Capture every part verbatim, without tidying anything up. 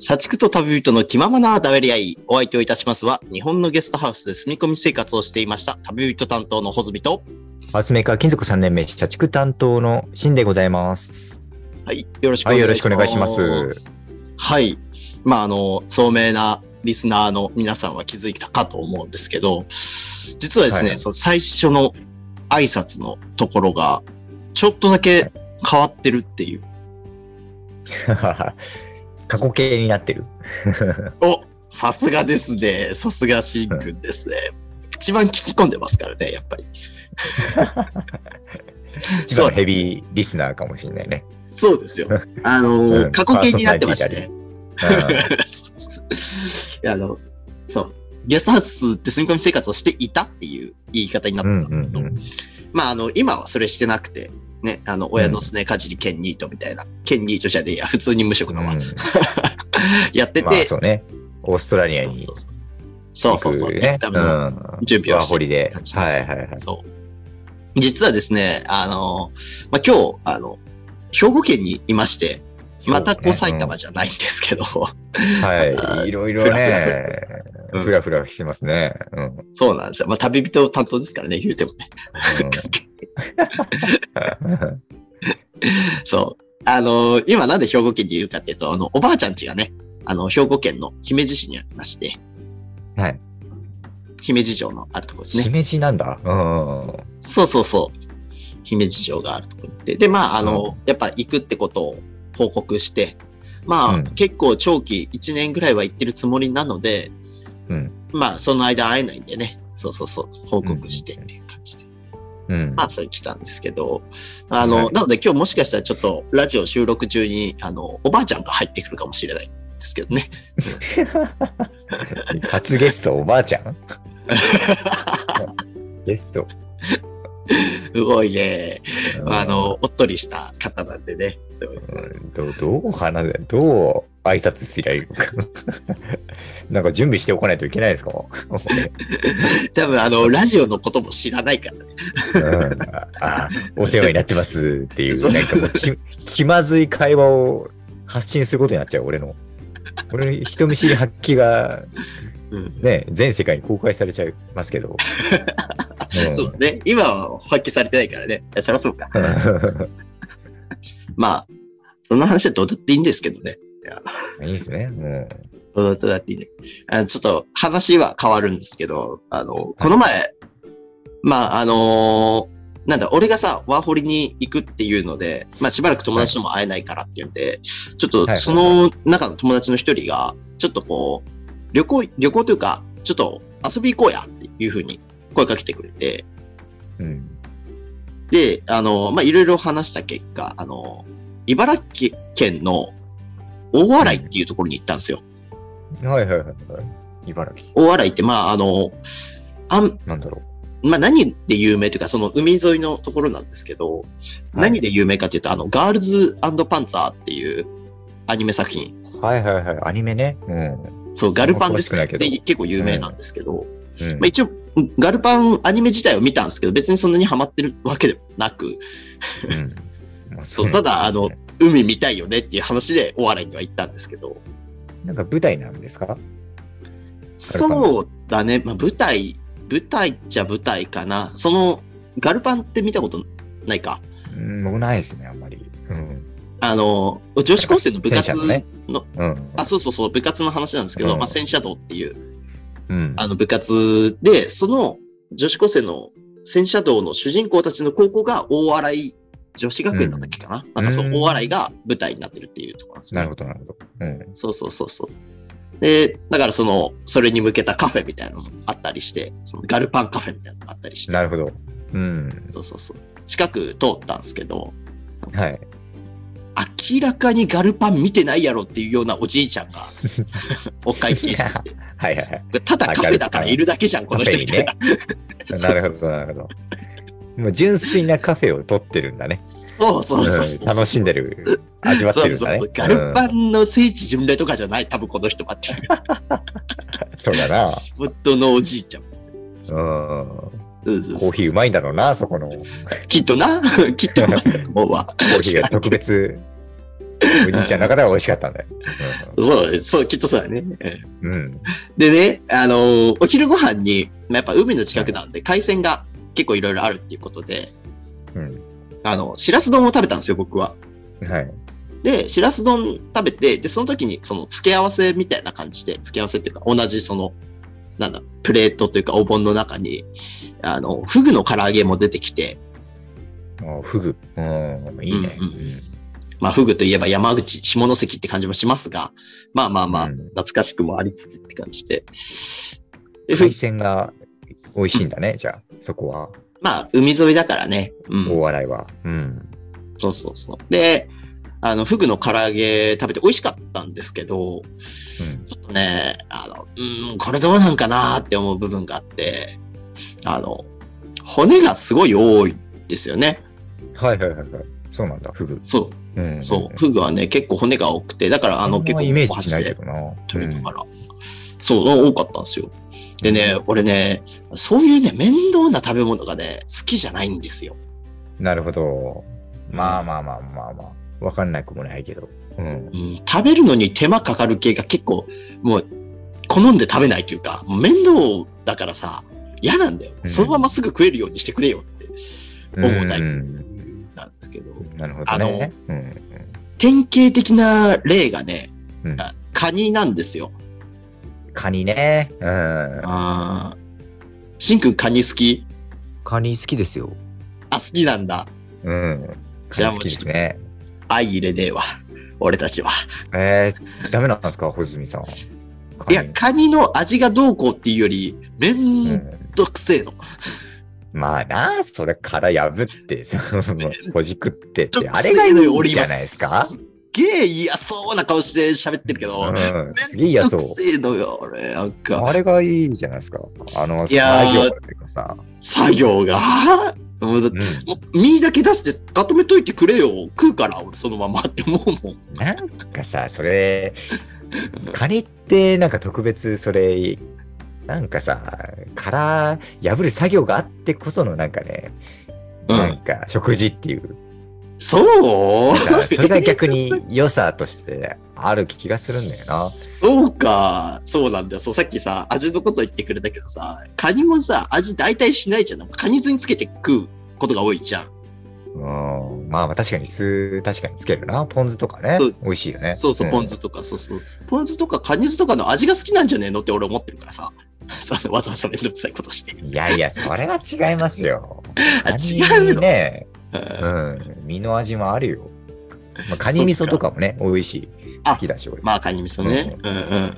社畜と旅人の気ままなだべり合い、お相手をいたしますは、日本のゲストハウスで住み込み生活をしていました旅人担当の穂積と、 ハウスメーカー金属さんねんめ社畜担当のシンでございます。 はい、よろしくお願いします。はい、よろしくお願いします。 はい、まああの聡明なリスナーの皆さんは気づいたかと思うんですけど、実はですね、はい、その最初の挨拶のところがちょっとだけ変わってるっていう。 過去形になってる。 お、さすがですね。さすがしんくんですね。一番聞き込んでますからね、やっぱり。 一番ヘビーリスナーかもしれないね。 そうですよ。あのーうん、過去形になってまして。あの、そう。ゲストハウスって住み込み生活をしていたっていう言い方になったんだけど、うんうんうん、まあ、あの、今はそれしてなくて、ね、あの、親のすねかじり兼ニートみたいな、兼ニートじゃねえや、普通に無職のまま、うん、やってて、まあ、 そうね、オーストラリアにそうそうそう、ね、多分準備をしてる感じです。はいはいはい。そう。実はですね、あの、まあ、今日、あの、兵庫県にいまして、またこう埼玉じゃないんですけど、うん、 はい、いろいろね、ふらふらしてますね。うん、 そうなんですよ。まあ、旅人担当ですからね、言うてもね。うん、そう。あのー、今なんで兵庫県にいるかっていうと、あの、おばあちゃん家がね、あの、兵庫県の姫路市にありまして、 はい。 姫路城のあるところですね。 姫路なんだ。うん。 そうそうそう。姫路城があるところで。で、まあ、あの、うん、やっぱ行くってことを報告して、まあ、うん、結構長期いちねんぐらいは行ってるつもりなので、うん、まあ、その間会えないんでね、そうそうそう、報告してっていう感じで。うん、まあ、それ来たんですけど、あの、はい、なので今日もしかしたらちょっとラジオ収録中に、あの、おばあちゃんが入ってくるかもしれないんですけどね。 初ゲストおばあちゃんゲストすごいね、あの、おっとりした方なんでね。 うん、ど, どう話せ、どう挨拶すりゃいいのか。なんか準備しておかないといけないですか？ 多分あの、ラジオのことも知らないからね。 うん、あ、お世話になってますっていう、なんかもう気、気まずい会話を発信することになっちゃう、俺の。俺の人見知り発揮が、ね、全世界に公開されちゃいますけど。 うん、そうね。今は発揮されてないからね。そりゃそうか。まあ、そんな話はどうだっていいんですけどね。 いいですね。うん、 どうだっていいね。あのちょっと話は変わるんですけど、あの、この前、はい、まあ、あのー、なんだ、俺がさ、ワーホリに行くっていうので、まあ、しばらく友達とも会えないからっていうんで、はい、ちょっとその中の友達の一人が、ちょっとこう、旅行、旅行というか、ちょっと遊び行こうやっていうふうに声かけてくれて、うん、で、あの、まあ、いろいろ話した結果、あの、茨城県の大洗っていうところに行ったんですよ。 うん、はいはいはい。茨城。 大洗って、まあ、あの、あん、 なんだろう。まあ、何で有名というか、その海沿いのところなんですけど、はい、何で有名かというと、あの、ガールズ&パンツァーっていうアニメ作品。 はいはいはい。アニメね。うん。 そう、ガルパンですね。で、結構有名なんですけど、うんうん、まあ、一応、ガルパンアニメ自体を見たんですけど、別にそんなにハマってるわけでもなく、うんまあ、そう、ただ、あの、海見たいよねっていう話でお笑いには行ったんですけど。 なんか舞台なんですか？ そうだね。まあ、舞台、舞台っちゃ舞台かな。その、ガルパンって見たことないか？ うん、もうないですね、あんまり。うん、 あの、女子高生の部活の、ねうん、 あ、そうそうそう、部活の話なんですけど、うん、まあ、戦車道っていう、 うん、 あの部活で、その女子高生の戦車道の主人公たちの高校が大洗女子学園なんだっけかな、うん、なんかそう、大洗が舞台になってるっていうところなんですね。 なるほど、なるほど。うん、 そうそうそうそう。で、だからその、それに向けたカフェみたいなのもあったりして、そのガルパンカフェみたいなのがあったりして。 なるほど。うん。 そうそうそう。近く通ったんですけど、 はい。 明らかにガルパン見てないやろっていうようなおじいちゃんがお会計してて。 はいはいはい。 ただカフェだからいるだけじゃん、この人みたいな。 なるほど、なるほど。もう純粋なカフェを取ってるんだね。 そうそうそうそう、 うん。楽しんでる。味わってるんだね。 そうそうそう。ガルパンの聖地巡礼とかじゃない、多分この人はっていう。 そうだな。 仕事のおじいちゃん。 うん。コーヒーうまいんだろうな、そこの。 きっとな。きっとうまいんだと思うわ。 コーヒーが特別おじいちゃんの中では美味しかったんだよ。 そう、そう、きっとそうだね。 うん。 でね、あのーお昼ご飯に、やっぱ海の近くなんで、海鮮が結構いろいろあるっていうことで、 うん。 あの、しらす丼を食べたんですよ、僕は。 はい。 で、しらす丼食べて、で、その時に、その、付け合わせみたいな感じで、付け合わせっていうか、同じその、なんだ、プレートというか、お盆の中に、あの、フグの唐揚げも出てきて、 あ、フグ。うん、いいね。 うんうん、まあ、フグといえば山口、下関って感じもしますが、まあまあまあ、うん、懐かしくもありつつって感じで。 で海鮮が美味しいんだね、うん、じゃあ、そこは。 まあ、海沿いだからね。 うん、大洗は。うん。 そうそうそう。で、あの、フグの唐揚げ食べて美味しかったんですけど、うん、ちょっとね、あの、うん、これどうなんかなって思う部分があって、あの、骨がすごい多いですよね。 はいはいはいはい。そうなんだ、フグ。 そう。うん、そう。フグはね、結構骨が多くて、だからあの結構イメージしないけどな。 取りながら、うん。そう、多かったんですよ。でね、うん、俺ね、そういうね、面倒な食べ物がね、好きじゃないんですよ。 なるほど。まあまあまあまあまあ。わかんなくもないけど、 うんうん。食べるのに手間かかる系が結構、もう、好んで食べないというか、もう面倒だからさ、嫌なんだよ。うん、そのまますぐ食えるようにしてくれよって思うタイプなんですけど。 なるほどね。あの、うん、 典型的な例がね、うん、カニなんですよ。 カニね。うん。 ああ。しんくんカニ好き？ カニ好きですよ。 あ、好きなんだ。 うん。 じゃあもうちょっとね。相入れねえわ。俺たちは。 えー、ダメなんですか、穂積さん。 いや、カニの味がどうこうっていうより、めんどくせえの。 うん、まあな、それから破って、ほじくってって、あれがいいんじゃないですか。 すっげえ嫌そうな顔して喋ってるけど、うん、すげえ嫌そう。めんどくせえのよ、俺。なんか。 あれがいいじゃないですか。あの、作業っていうかさ。 作業がもうだ、うん、もう身だけ出してまとめといてくれよ。食うから俺そのままって思うもん。 なんかさ、それカニってなんか特別それなんかさ、殻破る作業があってこそのなんかね、うん、なんか食事っていう。 そうそれが逆に良さとしてある気がするんだよな。 そうか。そうなんだよ。そう、さっきさ、味のこと言ってくれたけどさ、カニもさ、味大体しないじゃん。カニ酢につけて食うことが多いじゃん。 うん。まあ確かに酢、確かにつけるな。ポン酢とかね。美味しいよね。 そうそう、うん、ポン酢とか、そうそう。ポン酢とかカニ酢とかの味が好きなんじゃねえのって俺思ってるからさ。わざわざめんどくさいことして。 いやいや、それは違いますよ。 あ、違うよね。うん、身の味もあるよ。まあ、カニ味噌とかもね、美味しい。好きだし、俺。 まあ、カニ味噌ね。うんうんうんうんうん。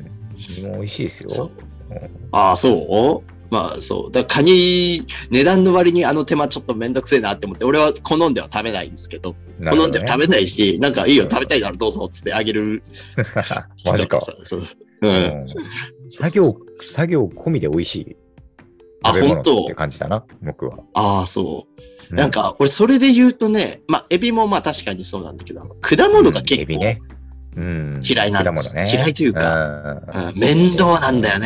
身も美味しいですよ。 うん、ああ、そうまあ、そう。だからカニ、値段の割にあの手間ちょっとめんどくせえなって思って、俺は好んでは食べないんですけど、どね、好んでは食べないし、なんかいいよ、食べたいならどうぞっつってあげる。 マジか。そう。うん。作業、作業込みで美味しい。 あ、本当って感じだな、僕は。 ああ、そう。うん、なんか、俺、それで言うとね、まあ、エビもまあ確かにそうなんだけど、果物が結構、ねうん、嫌いなんです、ね。嫌いというか、うん、面倒なんだよね。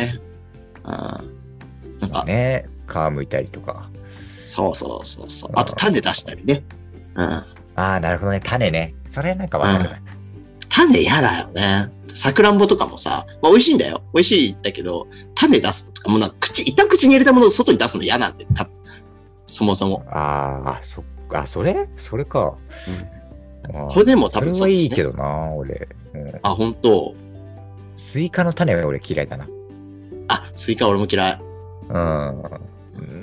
なんかね、皮むいたりとか。 そうそうそうそう。あと、種出したりね。うん、ああ、なるほどね、種ね。それなんかわかる、うん。 種嫌だよね。さくらんぼとかもさ、まあ、美味しいんだよ。美味しいんだけど、種出すのとか、もうなんか口、一旦口に入れたものを外に出すの嫌なんで、多分そもそも。 ああ、そっか、それそれか。 うん、骨も多分そうですね。それはいいけどな、俺。 うん、あ、本当。 スイカの種は俺嫌いだな。 あ、スイカ俺も嫌い。 うん。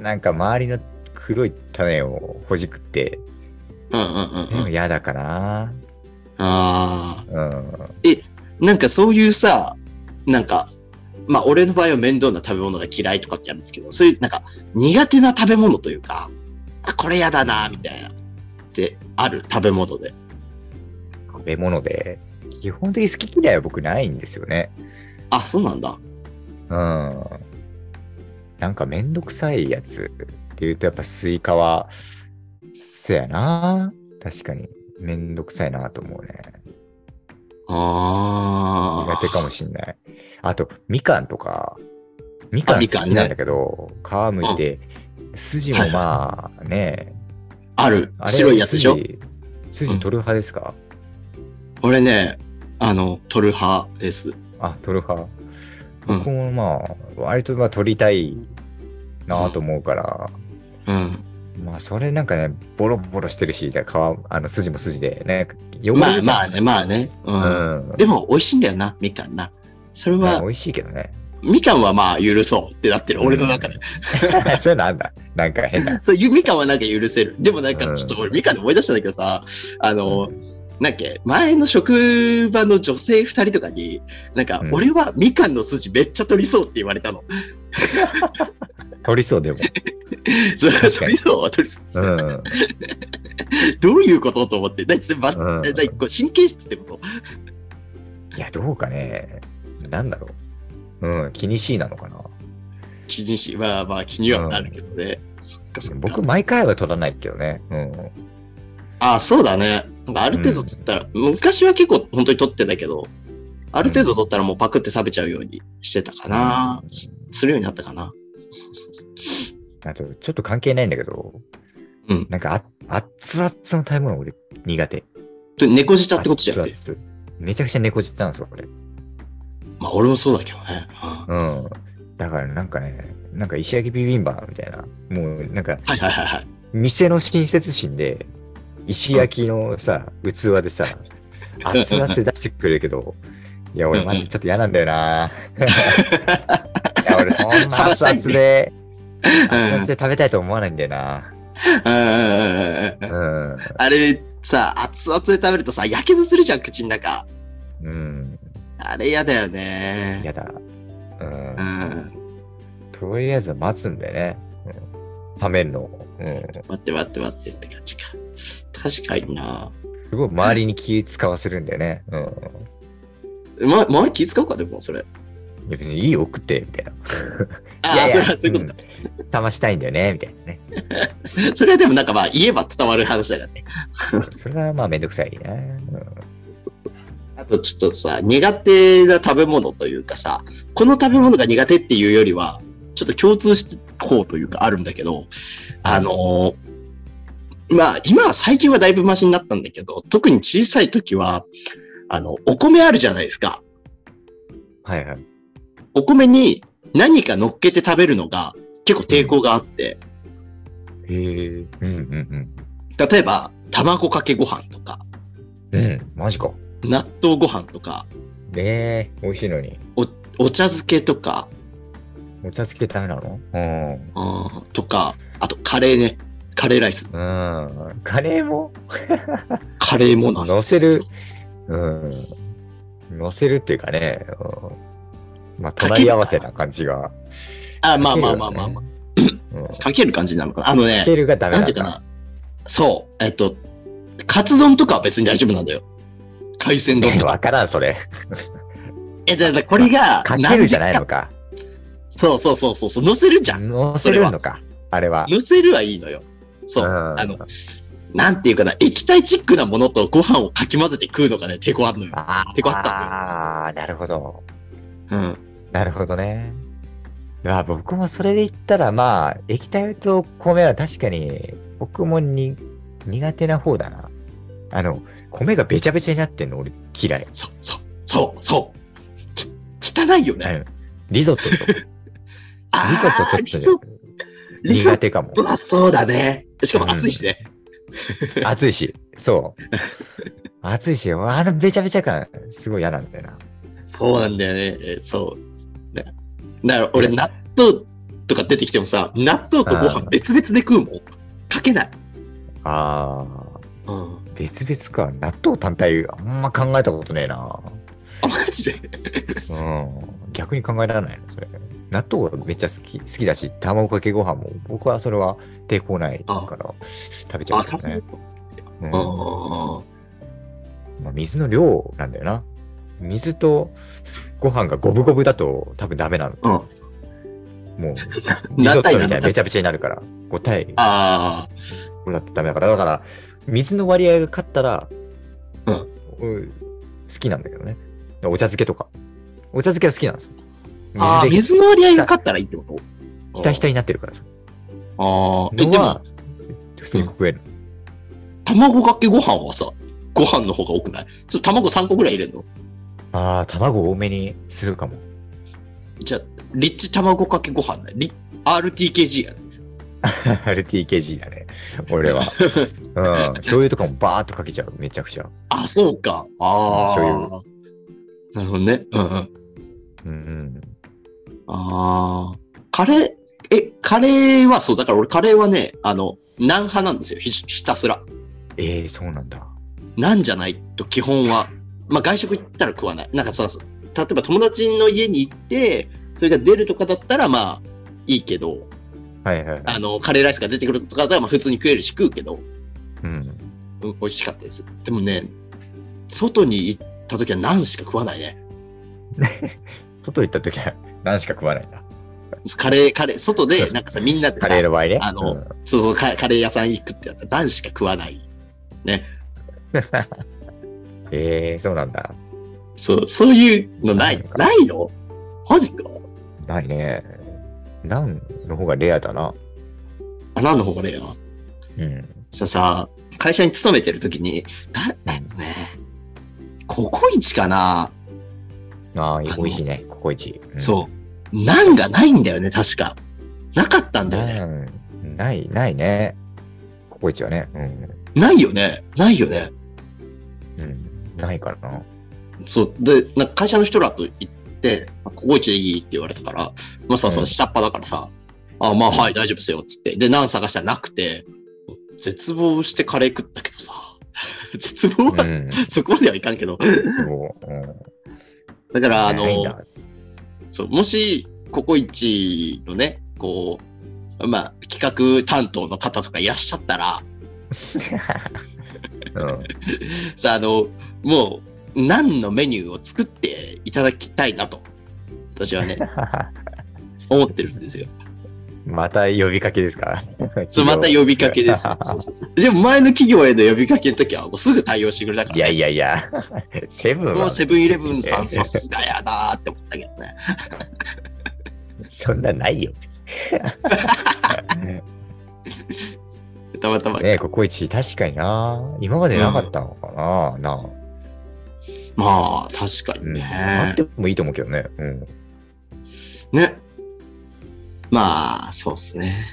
なんか周りの黒い種をほじくって、 うんうんうん、うん。 嫌だかな。 ああ。 うん。 え、なんかそういうさ、なんか、まあ俺の場合は面倒な食べ物が嫌いとかってやるんですけど、そういうなんか苦手な食べ物というか、あ、これやだな、みたいな、ってある食べ物で。 食べ物で、基本的に好き嫌いは僕ないんですよね。 あ、そうなんだ。 うん。なんかめんどくさいやつっていうとやっぱスイカは、せやな。確かにめんどくさいなと思うね。 ああ。苦手かもしんない。あと、みかんとか、みかん好きなんだけど、ね、皮むいて、筋もまあね、 ある。白いやつでしょ？ 筋取る派ですか？ 俺ね、あの、取る派です。 あ、取る派。僕もまあ、割とまあ取りたいなと思うから、 うん。 まあ、それなんかね、ボロボロしてるし、皮、あの、筋も筋で、ね、 汚れる。まあまあね、まあね。うん。うん、でも、美味しいんだよな、みかんな。それは。 美味しいけどね。 みかんはまあ、許そうってなってる、うん、俺の中で。 そういうのあんだ。なんか変な。 そう、みかんはなんか許せる。でもなんか、ちょっと俺、みかんで思い出したんだけどさ、あの、うんなんか前の職場の女性二人とかに、なんか、俺はみかんの筋めっちゃ取りそうって言われたの。 取りそうでも。 そう、取りそうは取りそう。うん、どういうことと思って。だいたい、まうん、神経質ってこといや、どうかね。なんだろう。うん、気にしいなのかな。 気にしい。まあまあ気にはなるけどね。うん、そっかそっか。 僕、毎回は取らないけどね。うん。 ああ、そうだね。ある程度取ったら、うん、昔は結構本当に取ってたけど、ある程度取ったらもうパクって食べちゃうようにしてたかな。うん、するようになったかな。 あと、ちょっと関係ないんだけど、うん。なんかあ、熱々の食べ物俺苦手。 猫舌ってことじゃなくて。 めちゃくちゃ猫舌なんですよ、これ。 まあ、俺もそうだけどね。 うん。うん、だからなんかね、なんか石焼きビビンバみたいな、もうなんか、 はいはいはいはい。 店の親切心で、石焼きのさ、器でさ、熱々で出してくれるけど、いや、俺マジちょっと嫌なんだよな。いや、俺そんな熱々で、熱々で食べたいと思わないんだよな。 うん、あれさ、熱々で食べるとさ、やけどするじゃん、口の中。うん。あれ嫌だよね。 嫌だ。うん。うん、とりあえず待つんだよね。うん、冷めるの。うん、待って待って待ってって感じか。確かにな。 すごい周りに気使わせるんだよね。 うん。ま、周り気使うかでも、それ。 いや別にいいよ、送って、みたいな。 ああ、いやいやそういうことか、 うん。冷ましたいんだよね、みたいなね。 それはでもなんかまあ言えば伝わる話だからね。 それはまあめんどくさいな。うん、 あとちょっとさ、苦手な食べ物というかさ、この食べ物が苦手っていうよりは、ちょっと共通してこうというかあるんだけど、あのー、まあ今は最近はだいぶマシになったんだけど、特に小さい時は、あの、お米あるじゃないですか。 はいはい。 お米に何か乗っけて食べるのが結構抵抗があって。 うん、へえ。うんうんうん。 例えば、卵かけご飯とか。 うん、マジか。 納豆ご飯とか。 ええー、美味しいのに。 お、お茶漬けとか。 お茶漬けダメなの？うん。 うん。とか、あとカレーね。カレーライス。 うん。カレーもカレーもなんですよ。乗せる。うん。乗せるっていうかね。うん、まあ、隣り合わせな感じが、ね。 あ、まあまあまあまあまあ。うん、かける感じなのかな。あのね。 かけるがダメなんだ。なんていうかな。 そう。えっと、カツ丼とかは別に大丈夫なんだよ。海鮮丼とか。 わからん、それ。 え、だからこれが、 かけるじゃないのか。 そうそうそうそう。乗せるじゃん。 乗せるのか。あれは。 乗せるはいいのよ。そう。あの、なんていうかな、液体チックなものとご飯をかき混ぜて食うのがね、抵抗あるのよ。抵抗あったんだよ。 ああ、なるほど。 うん。 なるほどね。いや、僕もそれで言ったら、まあ、液体と米は確かに、僕もに苦手な方だな。あの、米がべちゃべちゃになってんの、俺嫌い。 そう、そう、そう、そう。汚いよね。 リゾットと。リゾットちょっと苦手かも。 そうだね。しかも暑いしね。 うん、暑いし、そう。暑いし、あのべちゃべちゃ感、すごい嫌なんだよな。 そうなんだよね。そう。だから俺、納豆とか出てきてもさ、納豆とご飯別々で食うもん。かけない。 ああ。うん。別々か。納豆単体、あんま考えたことねえな。 あ、マジでうん。逆に考えられないの、それ。納豆はめっちゃ好き、好きだし、卵かけご飯も、僕はそれは抵抗ないから食べちゃうからね。うん、あまあ、水の量なんだよな。水とご飯が五分五分だと多分ダメなの。うん、もう、リゾットみたいなべちゃべちゃになるから、ご対。ああ。これだってダメだから、だから、水の割合が勝ったら、うん、好きなんだけどね。お茶漬けとか。お茶漬けは好きなんですよ。 ああ、水の割合が勝ったらいいってこと？ ひたひたになってるからさ。 ああ、え、でも、 普通に食える。 卵かけご飯はさ、 ご飯の方が多くない？ちょっと卵さんこぐらい入れるの？ ああ、卵多めにするかも。 じゃあ、リッチ卵かけご飯ね。リ アールティーケージー やね。 アールティーケージー だね。俺は。うん。醤油とかもバーっとかけちゃう。めちゃくちゃ。 あ、そうか。ああ。 醤油。 なるほどね。うんうん。 うんうん。 ああ。カレー、え、カレーはそう、だから俺カレーはね、あの、ナン派なんですよ。ひ、ひたすら。 ええー、そうなんだ。 ナンじゃないと基本は。まあ外食行ったら食わない。なんかさ、例えば友達の家に行って、それが出るとかだったらまあいいけど、 はいはい、はい。 あの、カレーライスが出てくるとかだったらまあ普通に食えるし食うけど、 うん。 うん、美味しかったです。でもね、外に行った時はナンしか食わないね。 外行った時はナンしか食わないんだ。 カレー、カレー、外でなんかさ、みんなでさ、 カレーの場合ね。 あの、 うん、 そうそうカ、カレー屋さん行くってやったらナンしか食わない。ね。 ええー、そうなんだ。 そう、そういうのない。ないの？マジか。 ないね。ナンの方がレアだな。 あ、ナンの方がレア？ うん。 さ、さ、会社に勤めてる時に、だ、えっとね、ココイチかな？ ああ、美味しいね、ココイチ。 うん、そう。ナンがないんだよね、確か。なかったんだよね。 ない、ないね。ココイチはね。うん。 ないよね。ないよね。 うん。ないからな。 そう。で、なんか会社の人らと行って、ココイチでいいって言われたから、まあさ、さ、下っ端だからさ、あまあ、はい、大丈夫ですよ、つって。で、ナン探したらなくて、絶望してカレー食ったけどさ。絶望は、うん、そこまではいかんけど。 絶望。うん、 だから、あの、そう、もし、ココイチのね、こう、まあ、企画担当の方とかいらっしゃったら、うん、さあ、あの、もう、何のメニューを作っていただきたいなと、私はね、思ってるんですよ。 また呼びかけですか？ そう、また呼びかけですよ。そうそうそう。でも前の企業への呼びかけの時はもうすぐ対応してくれたから、ね。 いやいやいや、セブンは。 もうセブンイレブンさんさすがやなーって思ったけどね。 そんなないよ、 たまたま。 ねえ、ココイチ確かにな。今までなかったのかな、うん、な。 まあ、確かにね、うん。 あってもいいと思うけどね。うん。 ね。まあ、そうっすね。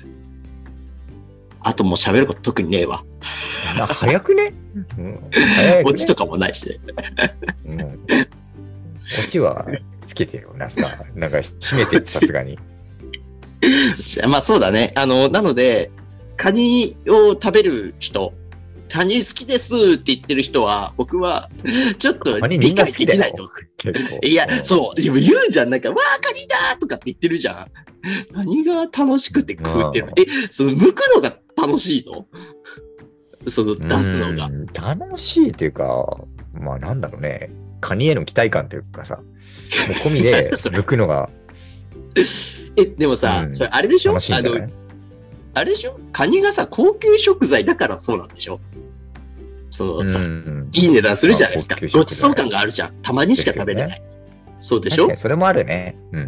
あともう喋ること特にねえわ。 早くね、 うん、早くね。オチとかもないしね。 うん、オチはつけてよ。なんか、なんか締めて、さすがに。 まあそうだね。あの、なので、カニを食べる人、カニ好きですって言ってる人は、僕は、ちょっと理解できないと。いや、そう、でも言うじゃん。なんか、わー、カニだーとかって言ってるじゃん。何が楽しくて食うってるの？え、その、剥くのが楽しいの？その、出すのが。 楽しいっていうか、まあなんだろうね。カニへの期待感というかさ、もう込みで剥くのが。 え、でもさ、うん、それあれでしょ？あの、あれでしょ？カニがさ、高級食材だからそうなんでしょ？そのさ、うん、いい値段するじゃないですか。ごちそう感があるじゃん。たまにしか食べれない。ね、そうでしょ？確かにそれもあるね。うん、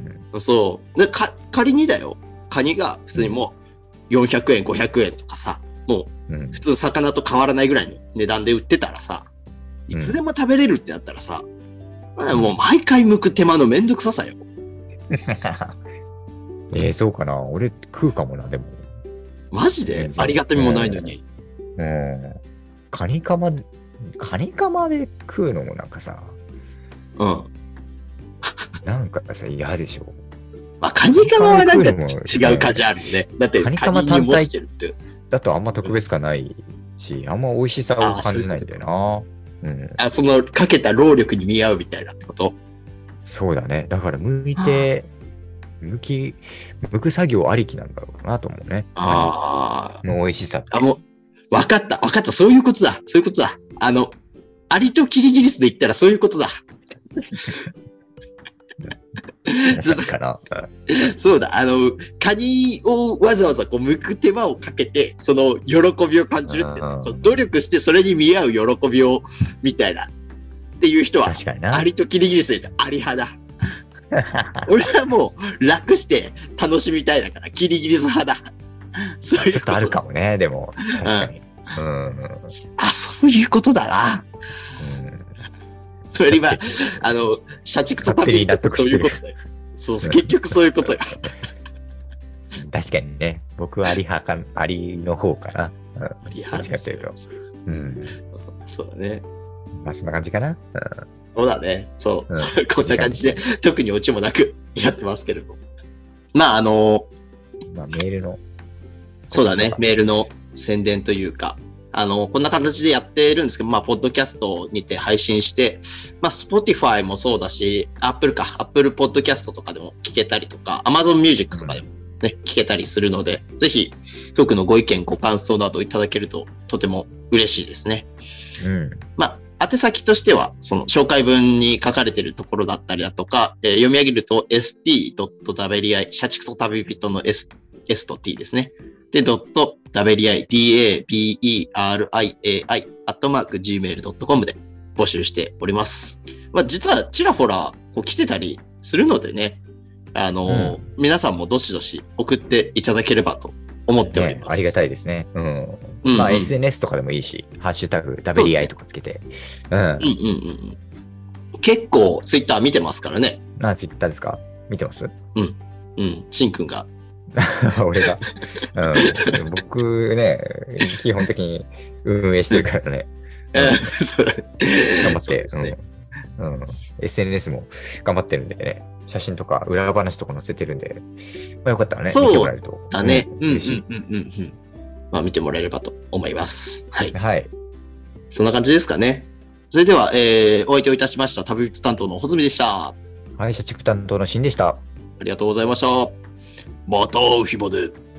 そう。でか仮にだよ。カニが普通にもうよんひゃくえん、ごひゃくえんとかさ、もう普通魚と変わらないぐらいの値段で売ってたらさ、いつでも食べれるってなったらさ、うん、もう毎回剥く手間のめんどくささよ。 えー、そうかな。俺食うかもな、でも。 マジでありがたみもないのに。 うん。うんカニカマ、カニカマで食うのもなんかさ、 うん。 なんかさ、嫌でしょ。 まあ、カニカマはなんか違う感じあるよね。だって、カニカマ単体だとあんま特別感ないし、あんま美味しさを感じないんだよな。うん。 あ、その、かけた労力に見合うみたいなってこと？ そうだね。だから、剥いて、剥き、剥く作業ありきなんだろうなと思うね。 ああ。 の美味しさって。 あ、もう、わかった、わかった、そういうことだ、そういうことだ。あの、アリとキリギリスで言ったらそういうことだ。 かなそうだ、あの、カニをわざわざこう剥く手間をかけて、その喜びを感じるって、努力してそれに見合う喜びを、みたいな、っていう人は、アリとキリギリスで言うとアリ派だ。俺はもう楽して楽しみたいだから、キリギリス派だ。 そういうちょっとあるかもね、でも。確かに。 うん、 うん。 あ、そういうことだな。うん、それよりは、あの、社畜と旅人ってそういうことだよ。そうそう、結局そういうことよ。 確かにね、僕はアリ派か、アリの方かな。 うん、アリ派ですよ。 うん。 そうだね。 まあ、そんな感じかな。うん、 そうだね。そう。うん、こんな感じで、特にオチもなくやってますけれども。まあ、あのー、まあ、メールの。 そうだね。メールの宣伝というか、あの、こんな形でやってるんですけど、まあ、ポッドキャストにて配信して、まあ、Spotify もそうだし、Apple か、Apple Podcast とかでも聞けたりとか、Amazon Music とかでもね、聞けたりするので、ぜひ、トークのご意見、ご感想などいただけるととても嬉しいですね。 うん。 まあ、宛先としては、その紹介文に書かれているところだったりだとか、えー、読み上げると エスティードットダベリアイ、社畜と旅人の S、S と T ですね。で、ドット、ダベリアイ、ディーエービーイーアールアイエーアイ、アットマーク、ジーメールドットコム で募集しております。まあ、実はちらほら、こう来てたりするのでね、あのーうん、皆さんもどしどし送っていただければと思っております。 ね、ありがたいですね。うん。うんうん、まあ、エスエヌエス とかでもいいし、ハッシュタグ、ダベリアイとかつけて。うん。うんうんうん。 結構、ツイッター見てますからね。 あ、ツイッターですか？見てます？ うん。うん。しんくんが。 俺が、うん。僕ね、基本的に運営してるからね。うん、頑張って、ね、うんうん。エスエヌエス も頑張ってるんでね。写真とか裏話とか載せてるんで、まあ、よかったらね、 そう見てもらえると。 だね。うん、うん、うん、うん。まあ、見てもらえればと思います。はい。 はい。 そんな感じですかね。それでは、えー、お相手をいたしました、旅人担当の穂積でした。 はい、社畜担当のしんでした。ありがとうございました。また会う日まで。